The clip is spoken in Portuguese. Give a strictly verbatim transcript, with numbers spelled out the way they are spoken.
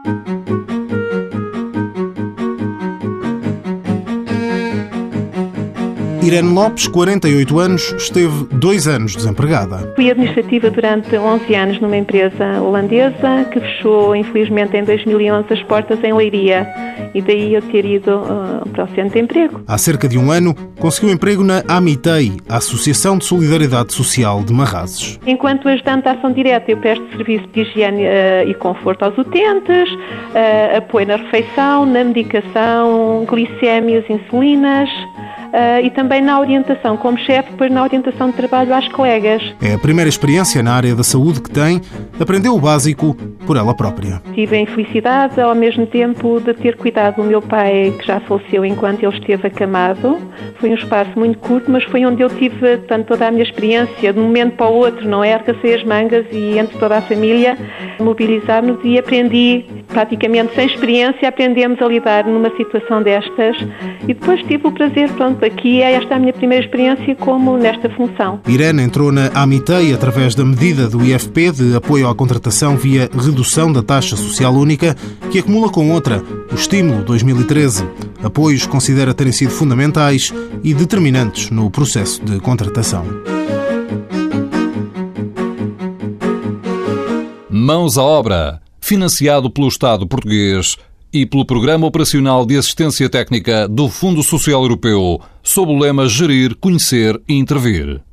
Irene Lopes, quarenta e oito anos, esteve dois anos desempregada. Fui administrativa durante onze anos numa empresa holandesa que fechou, infelizmente, em dois mil e onze as portas em Leiria, e daí eu ter ido uh, para o centro de emprego. Há cerca de um ano, conseguiu emprego na AMITEI, a Associação de Solidariedade Social de Marrazes. Enquanto ajudante de ação direta, eu presto serviço de higiene uh, e conforto aos utentes, uh, apoio na refeição, na medicação, glicémias, insulinas, Uh, e também na orientação, como chefe, depois na orientação de trabalho às colegas. É a primeira experiência na área da saúde que tem, aprendeu o básico por ela própria. Tive a infelicidade, ao mesmo tempo, de ter cuidado do meu pai, que já faleceu enquanto ele esteve acamado. Foi um espaço muito curto, mas foi onde eu tive tanto, toda a minha experiência, de um momento para o outro, não é? Arcacei as mangas e, entre toda a família, mobilizar-nos e aprendi, praticamente sem experiência, aprendemos a lidar numa situação destas. E depois tive o prazer, pronto, aqui é esta a minha primeira experiência como nesta função. Irene entrou na AMITEI através da medida do I F P de apoio à contratação via redução da taxa social única, que acumula com outra, o Estímulo dois mil e treze. Apoios considera terem sido fundamentais e determinantes no processo de contratação. Mãos à obra, financiado pelo Estado português e pelo Programa Operacional de Assistência Técnica do Fundo Social Europeu, sob o lema Gerir, Conhecer e Intervir.